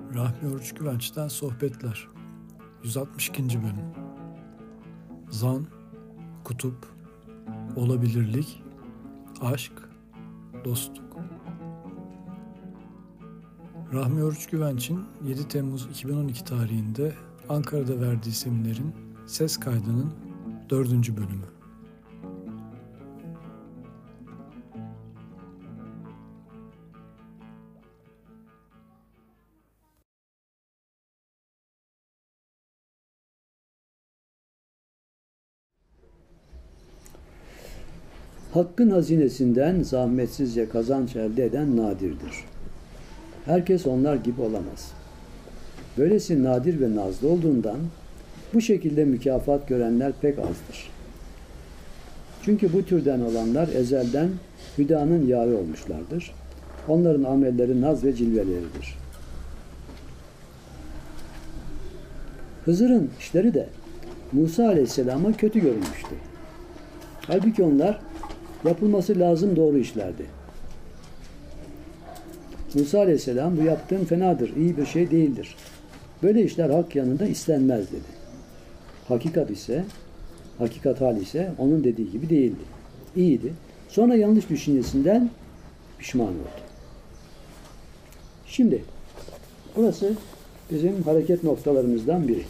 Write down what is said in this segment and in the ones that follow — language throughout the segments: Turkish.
Rahmi Oruç Güvenç'ten Sohbetler 162. Bölüm. Zan, kutup, olabilirlik, aşk, dostluk. Rahmi Oruç Güvenç'in 7 Temmuz 2012 tarihinde Ankara'da verdiği seminerin ses kaydının 4. bölümü. Hakkın hazinesinden zahmetsizce kazanç elde eden nadirdir. Herkes onlar gibi olamaz. Böylesi nadir ve nazlı olduğundan bu şekilde mükafat görenler pek azdır. Çünkü bu türden olanlar ezelden hüdanın yâri olmuşlardır. Onların amelleri naz ve cilveleridir. Hızır'ın işleri de Musa Aleyhisselam'a kötü görünmüştü. Halbuki onlar yapılması lazım doğru işlerdi. Musa Aleyhisselam bu yaptığın fenadır, iyi bir şey değildir. Böyle işler hak yanında istenmez dedi. Hakikat hal ise onun dediği gibi değildi. İyiydi. Sonra yanlış düşüncesinden pişman oldu. Şimdi burası bizim hareket noktalarımızdan biri.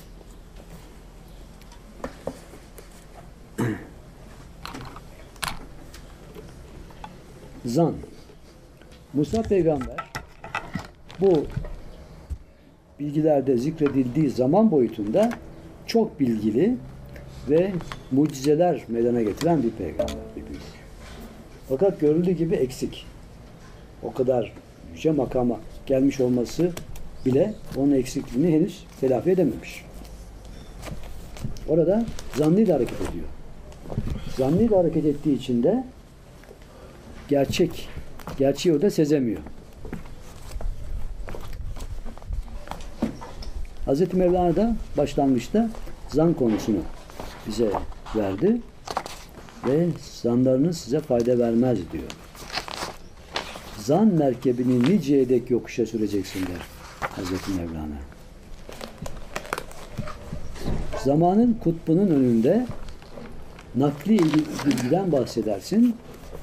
Zan. Musa peygamber bu bilgilerde zikredildiği zaman boyutunda çok bilgili ve mucizeler meydana getiren bir peygamber, bir büyük. Fakat görüldüğü gibi eksik. O kadar yüce makama gelmiş olması bile onun eksikliğini henüz telafi edememiş. Orada zannıyla hareket ediyor. Zannıyla hareket ettiği için de gerçeği o da sezemiyor. Hz. Mevlana da başlangıçta zan konusunu bize verdi ve zanlarınız size fayda vermez diyor. Zan merkebini niceye dek yokuşa süreceksin der Hz. Mevlana. Zamanın kutbunun önünde nakli bilgiden bahsedersin.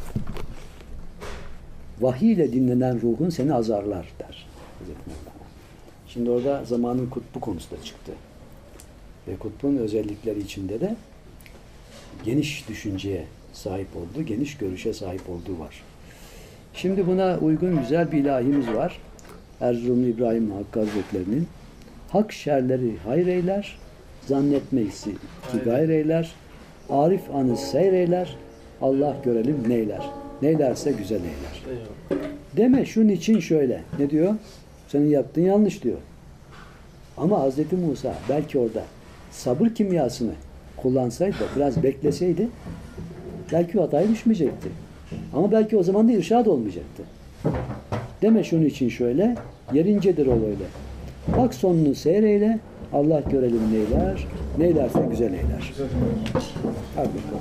Vahiy ile dinlenen ruhun seni azarlar der Hazreti Mevlana. Şimdi orada zamanın kutbu konusu da çıktı. Ve kutbun özellikleri içinde de geniş düşünceye sahip olduğu, geniş görüşe sahip olduğu var. Şimdi buna uygun güzel bir ilahimiz var. Erzurumlu İbrahim Hakkı Hazretleri'nin hak şerleri hayreyler, zannetmeysi ki gayreyler, arif anı seyreyler, Allah görelim neyler. Neylerse güzel eyler. Deme şunun için şöyle. Ne diyor? Senin yaptığın yanlış diyor. Ama Hz. Musa belki orada sabır kimyasını kullansaydı, biraz bekleseydi belki o hataya düşmeyecekti. Ama belki o zaman da irşad olmayacaktı. Deme şunun için şöyle, yerincedir ol öyle. Bak sonunu seyreyle, Allah görelim neyler, neylerse güzel eyler. Hadi bakalım.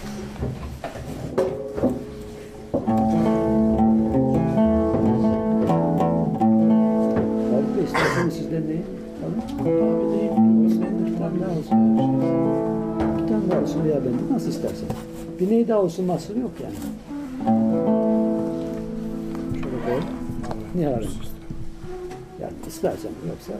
İsterseniz sizden neyi? Abi değil. Bir tane daha olsun. Bir tane daha olsun veya bende. Nasıl istersen. Bir ney daha olsun mahsuru yok yani. Şöyle koy. Niye arayın? Yani istersen yoksa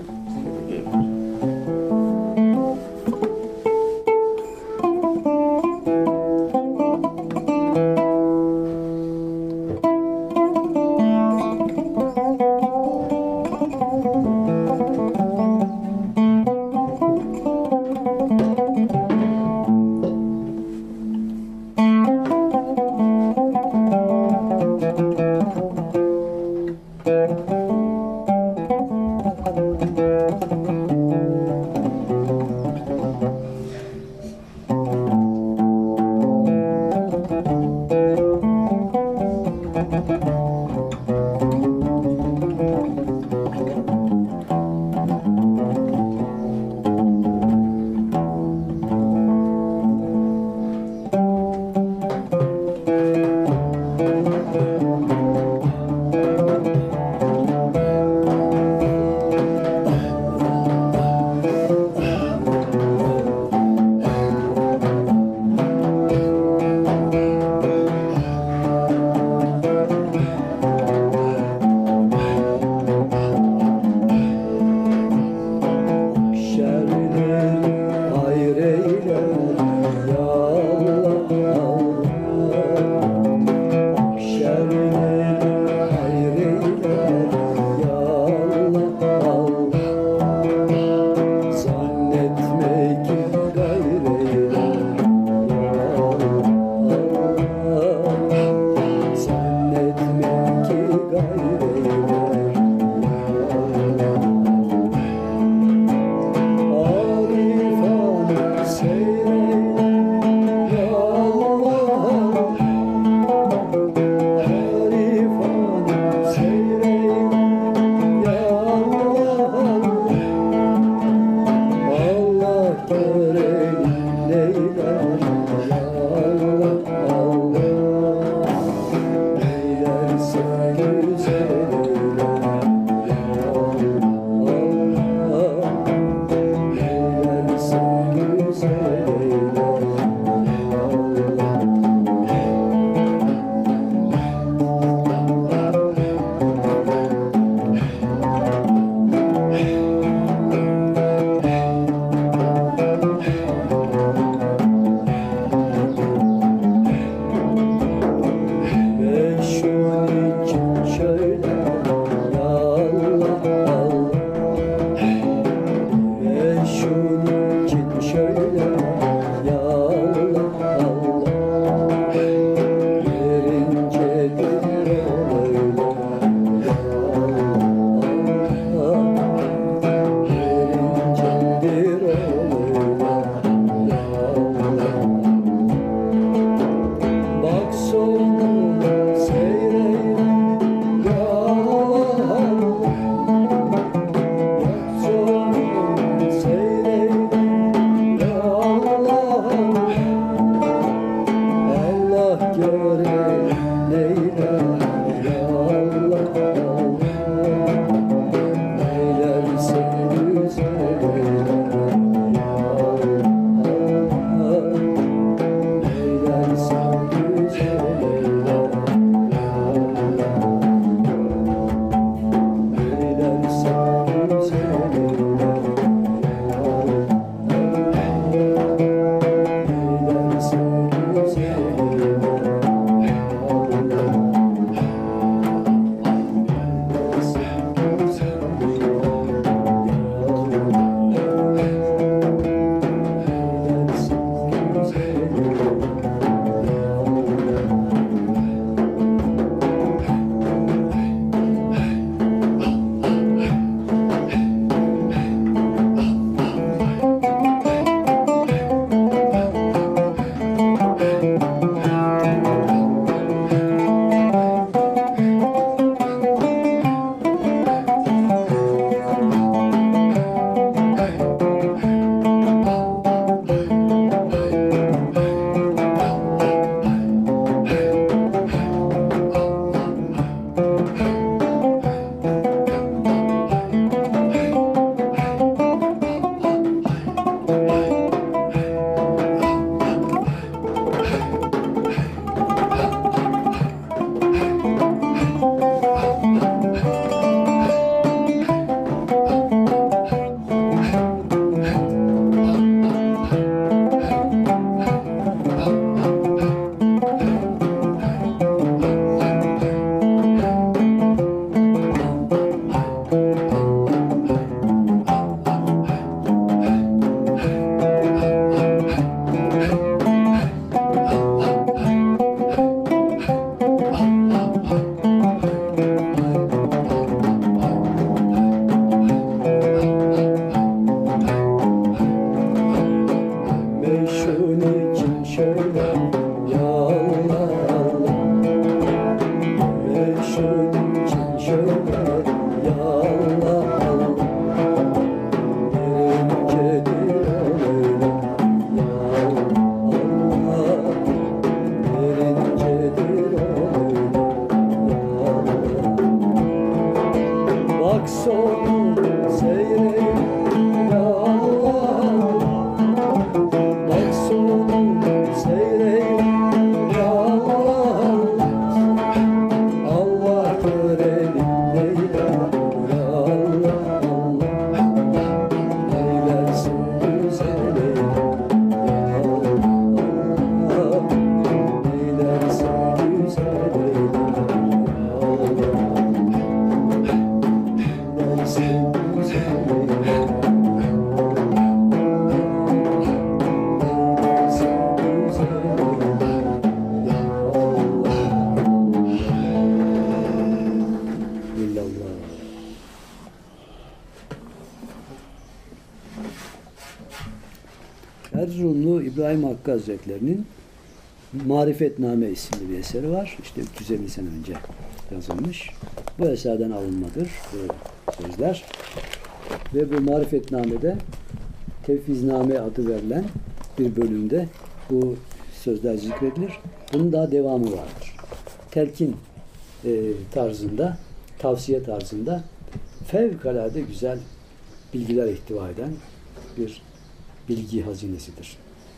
Erzurumlu İbrahim Hakkı Hazretleri'nin Marifetname isimli bir eseri var. İşte 350 sene önce yazılmış. Bu eserden alınmadır bu sözler. Ve bu Marifetname'de Tevfizname adı verilen bir bölümde bu sözler zikredilir. Bunun daha devamı vardır. Telkin tarzında, tavsiye tarzında fevkalade güzel bilgiler ihtiva eden bir bilgi hazinesidir.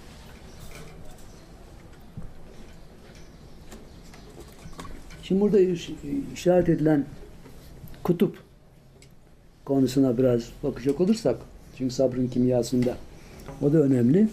Şimdi burada işaret edilen kutup konusuna biraz bakacak olursak, çünkü sabrın kimyasında o da önemli.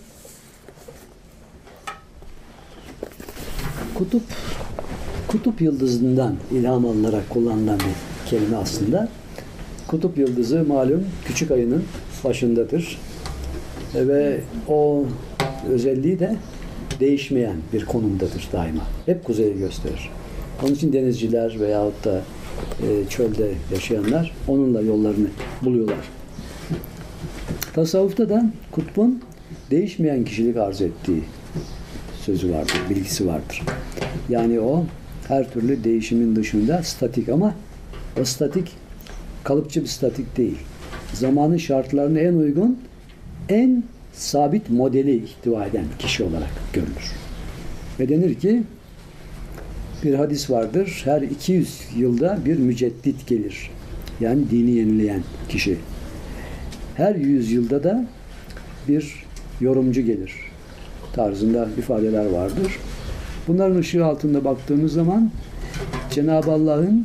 Kutup yıldızından ilham alınarak kullanılan bir kelime aslında. Kutup yıldızı malum küçük ayının başındadır. Ve o özelliği de değişmeyen bir konumdadır daima. Hep kuzeyi gösterir. Onun için denizciler veyahut da çölde yaşayanlar onunla yollarını buluyorlar. Tasavvufta da kutbun değişmeyen kişilik arz ettiği sözü vardır, bilgisi vardır. Yani o her türlü değişimin dışında statik, ama o statik kalıpçı bir statik değil. Zamanın şartlarına en uygun, en sabit modeli ihtiva eden kişi olarak görülür. Ve denir ki, bir hadis vardır, her 200 yılda bir müceddit gelir. Yani dini yenileyen kişi. Her 100 yılda da bir yorumcu gelir tarzında ifadeler vardır. Bunların ışığı altında baktığımız zaman Cenab-ı Allah'ın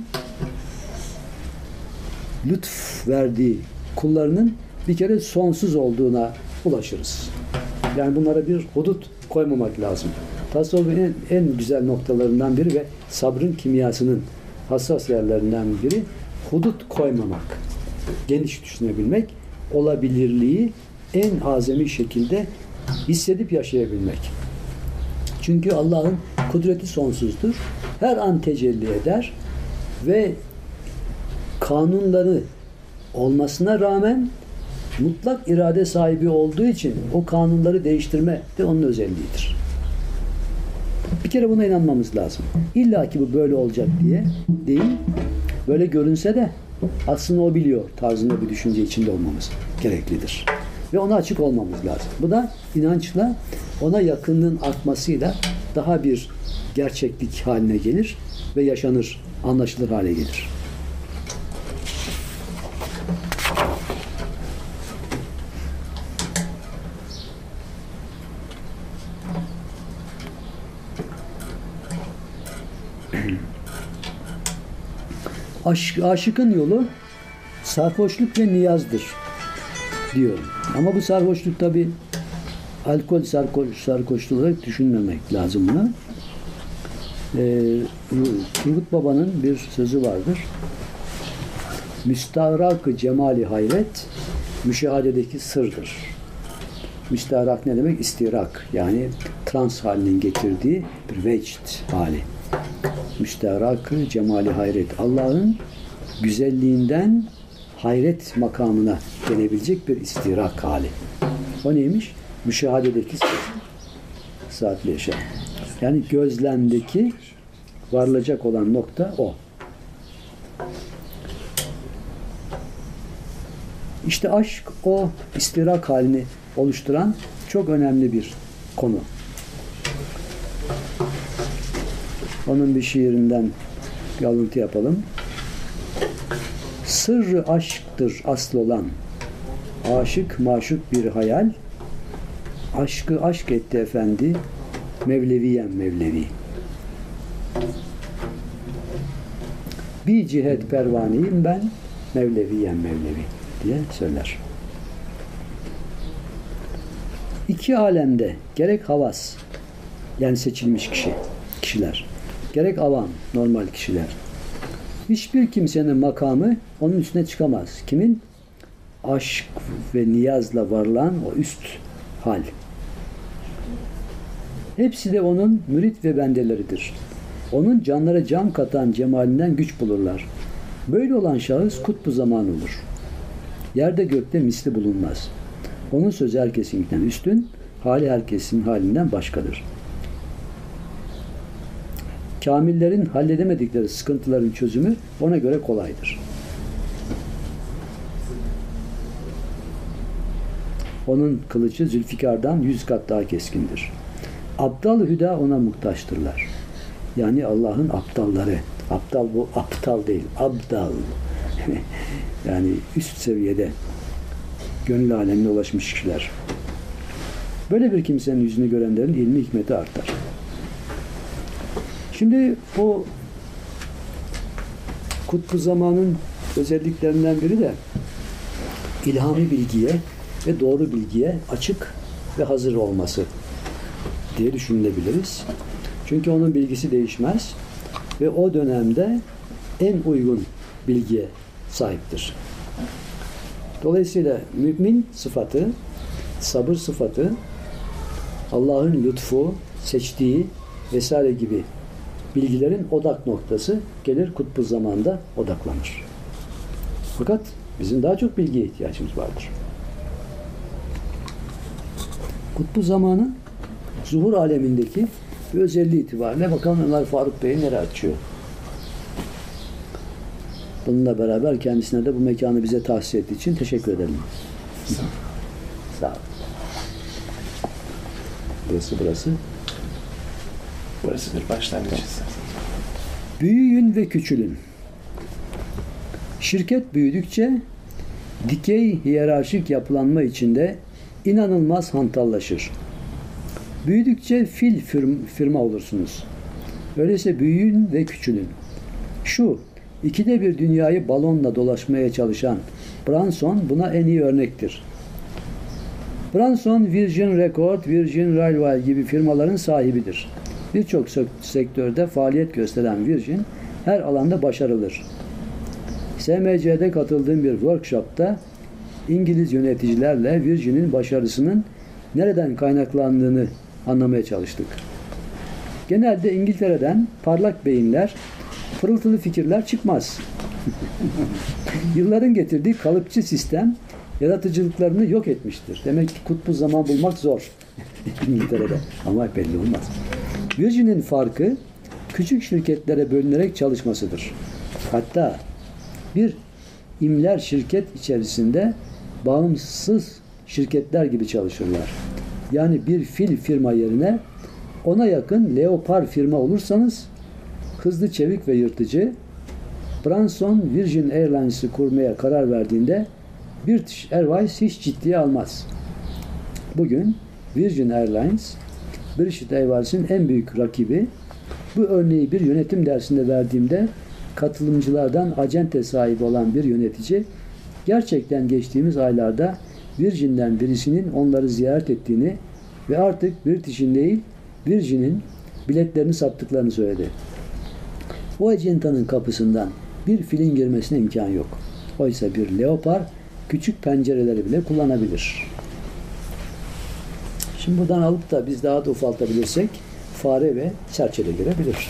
lütf verdiği kullarının bir kere sonsuz olduğuna ulaşırız. Yani bunlara bir hudut koymamak lazım. Tasavvufun en güzel noktalarından biri ve sabrın kimyasının hassas yerlerinden biri hudut koymamak. Geniş düşünebilmek, olabilirliği en azami şekilde hissedip yaşayabilmek. Çünkü Allah'ın kudreti sonsuzdur. Her an tecelli eder ve kanunları olmasına rağmen mutlak irade sahibi olduğu için o kanunları değiştirme de onun özelliğidir. Bir kere buna inanmamız lazım. İlla ki bu böyle olacak diye değil, böyle görünse de aslında o biliyor tarzında bir düşünce içinde olmamız gereklidir. Ve ona açık olmamız lazım. Bu da inançla, ona yakınlığın artmasıyla daha bir gerçeklik haline gelir ve yaşanır, anlaşılır hale gelir. Aşıkın yolu sarhoşluk ve niyazdır diyorum. Ama bu sarhoşluk tabi alkol sarhoşluğu olarak düşünmemek lazım buna. Turgut Baba'nın bir sözü vardır. Müstahrak-ı cemali hayret müşahadedeki sırdır. Müstahrak ne demek? İstirak. Yani trans halinin getirdiği bir vecd hali. Müstahrak-ı cemali hayret. Allah'ın güzelliğinden hayret makamına gelebilecek bir istirak hali. O neymiş? Müşahadedeki saatli yaşam. Yani gözlemdeki varılacak olan nokta o. İşte aşk o istirak halini oluşturan çok önemli bir konu. Onun bir şiirinden bir alıntı yapalım. Sırrı aşktır asıl olan, aşık maşuk bir hayal, aşkı aşk etti efendi, Mevleviyen Mevlevi. Bir cihet pervaneyim ben, Mevleviyen Mevlevi diye söyler. İki alemde gerek havas, yani seçilmiş kişiler, gerek avam, normal kişiler, hiçbir kimsenin makamı onun üstüne çıkamaz. Kimin? Aşk ve niyazla varılan o üst hal. Hepsi de onun mürit ve bendeleridir. Onun canlara can katan cemalinden güç bulurlar. Böyle olan şahıs kutbu zaman olur. Yerde gökte misli bulunmaz. Onun sözü herkesinkinden üstün, hali herkesin halinden başkadır. Kamillerin halledemedikleri sıkıntıların çözümü ona göre kolaydır. Onun kılıcı Zülfikar'dan 100 kat daha keskindir. Abdal hüda ona muhtaçtırlar. Yani Allah'ın aptalları. Aptal bu aptal değil. Abdal. Yani üst seviyede gönül alemine ulaşmış kişiler. Böyle bir kimsenin yüzünü görenlerin ilmi hikmeti artar. Şimdi bu kutbu zamanın özelliklerinden biri de ilhami bilgiye ve doğru bilgiye açık ve hazır olması diye düşünebiliriz. Çünkü onun bilgisi değişmez ve o dönemde en uygun bilgiye sahiptir. Dolayısıyla mümin sıfatı, sabır sıfatı, Allah'ın lütfu, seçtiği vesaire gibi bilgilerin odak noktası gelir kutbu zamanda odaklanır. Fakat bizim daha çok bilgiye ihtiyacımız vardır. Kutbu zamanı zuhur alemindeki bir özelliği itibariyle bakalım Ömer Faruk Bey nereye açıyor. Bununla beraber kendisine de bu mekanı bize tahsis ettiği için teşekkür ederim. Sağ olun. Burası. Burası bir başlangıç. Büyüyün ve küçülün. Şirket büyüdükçe dikey hiyerarşik yapılanma içinde inanılmaz hantallaşır. Büyüdükçe fil firma olursunuz. Öyleyse büyüyün ve küçülün. Şu, 2'de 1 dünyayı balonla dolaşmaya çalışan Branson buna en iyi örnektir. Branson, Virgin Record, Virgin Railway gibi firmaların sahibidir. Birçok sektörde faaliyet gösteren Virgin her alanda başarılıdır. SMC'de katıldığım bir workshopta İngiliz yöneticilerle Virgin'in başarısının nereden kaynaklandığını anlamaya çalıştık. Genelde İngiltere'den parlak beyinler, pırıltılı fikirler çıkmaz. Yılların getirdiği kalıpçı sistem yaratıcılıklarını yok etmiştir. Demek ki kutbu zaman bulmak zor İngiltere'de. Ama belli olmaz. Virgin'in farkı küçük şirketlere bölünerek çalışmasıdır. Hatta bir imler şirket içerisinde bağımsız şirketler gibi çalışırlar. Yani bir fil firma yerine ona yakın leopar firma olursanız hızlı, çevik ve yırtıcı. Branson Virgin Airlines'ı kurmaya karar verdiğinde British Airways hiç ciddiye almaz. Bugün Virgin Airlines British Airways'in en büyük rakibi. Bu örneği bir yönetim dersinde verdiğimde katılımcılardan acente sahibi olan bir yönetici gerçekten geçtiğimiz aylarda Virgin'den birisinin onları ziyaret ettiğini ve artık British'in değil Virgin'in biletlerini sattıklarını söyledi. O acentanın kapısından bir filin girmesine imkan yok. Oysa bir leopar küçük pencereleri bile kullanabilir. Şimdi buradan alıp da biz daha da ufaltabilirsek fare ve serçe de girebilir.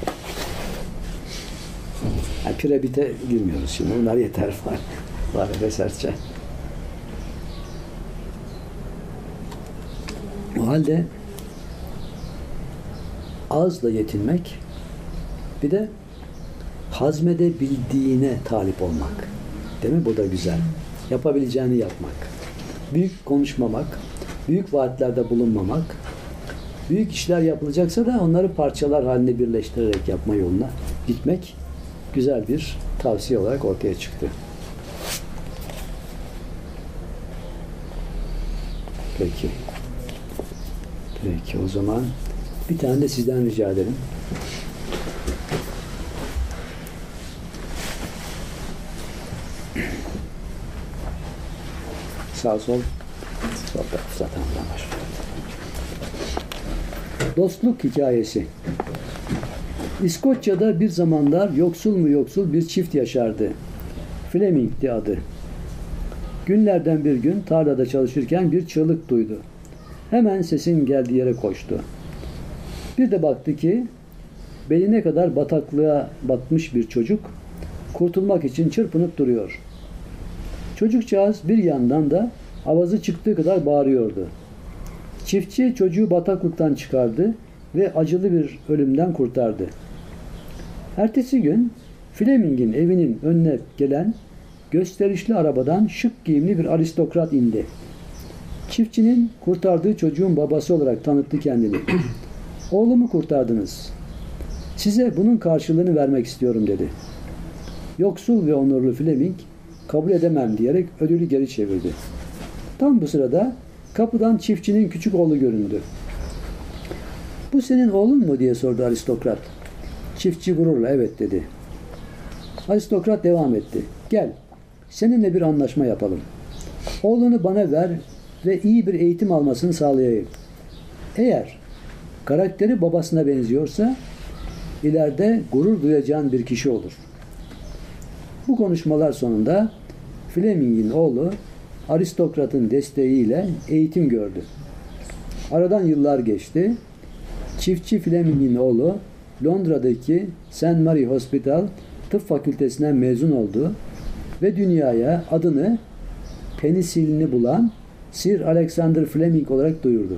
Yani piramide girmiyoruz şimdi. Bunlar yeter fare ve serçe. O halde azla yetinmek bir de hazmedebildiğine talip olmak. Değil mi? Bu da güzel. Yapabileceğini yapmak. Büyük konuşmamak, büyük vaatlerde bulunmamak, büyük işler yapılacaksa da onları parçalar halinde birleştirerek yapma yoluna gitmek güzel bir tavsiye olarak ortaya çıktı. Peki. Peki o zaman bir tane de sizden rica ederim. Sağ sol zaten var. Dostluk hikayesi. İskoçya'da bir zamanlar yoksul mu yoksul bir çift yaşardı. Fleming'di adı. Günlerden bir gün tarlada çalışırken bir çığlık duydu. Hemen sesin geldiği yere koştu. Bir de baktı ki beline kadar bataklığa batmış bir çocuk kurtulmak için çırpınıp duruyor. Çocukcağız bir yandan da avazı çıktığı kadar bağırıyordu. Çiftçi çocuğu bataklıktan çıkardı ve acılı bir ölümden kurtardı. Ertesi gün Fleming'in evinin önüne gelen gösterişli arabadan şık giyimli bir aristokrat indi. Çiftçinin kurtardığı çocuğun babası olarak tanıttı kendini. Oğlumu kurtardınız. Size bunun karşılığını vermek istiyorum dedi. Yoksul ve onurlu Fleming kabul edemem diyerek ödülü geri çevirdi. Tam bu sırada kapıdan çiftçinin küçük oğlu göründü. Bu senin oğlun mu diye sordu aristokrat. Çiftçi gururla evet dedi. Aristokrat devam etti. Gel, seninle bir anlaşma yapalım. Oğlunu bana ver ve iyi bir eğitim almasını sağlayayım. Eğer karakteri babasına benziyorsa ileride gurur duyacağın bir kişi olur. Bu konuşmalar sonunda Fleming'in oğlu aristokratın desteğiyle eğitim gördü. Aradan yıllar geçti. Çiftçi Fleming'in oğlu Londra'daki St. Mary Hospital Tıp Fakültesinden mezun oldu ve dünyaya adını penisilini bulan Sir Alexander Fleming olarak duyurdu.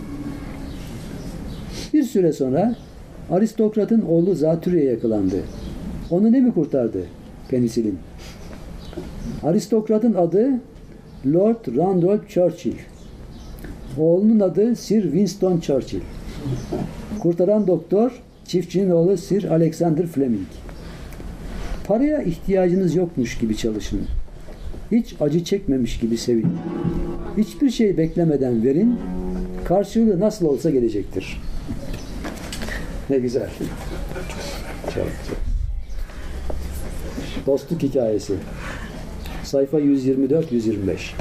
Bir süre sonra aristokratın oğlu zatürreye yakalandı. Onu ne mi kurtardı? Penisilin. Aristokratın adı Lord Randolph Churchill. Oğlunun adı Sir Winston Churchill. Kurtaran doktor çiftçinin oğlu Sir Alexander Fleming. Paraya ihtiyacınız yokmuş gibi çalışın. Hiç acı çekmemiş gibi sevin. Hiçbir şey beklemeden verin. Karşılığı nasıl olsa gelecektir. Ne güzel. Çok. Dostluk hikayesi. Sayfa 124-125.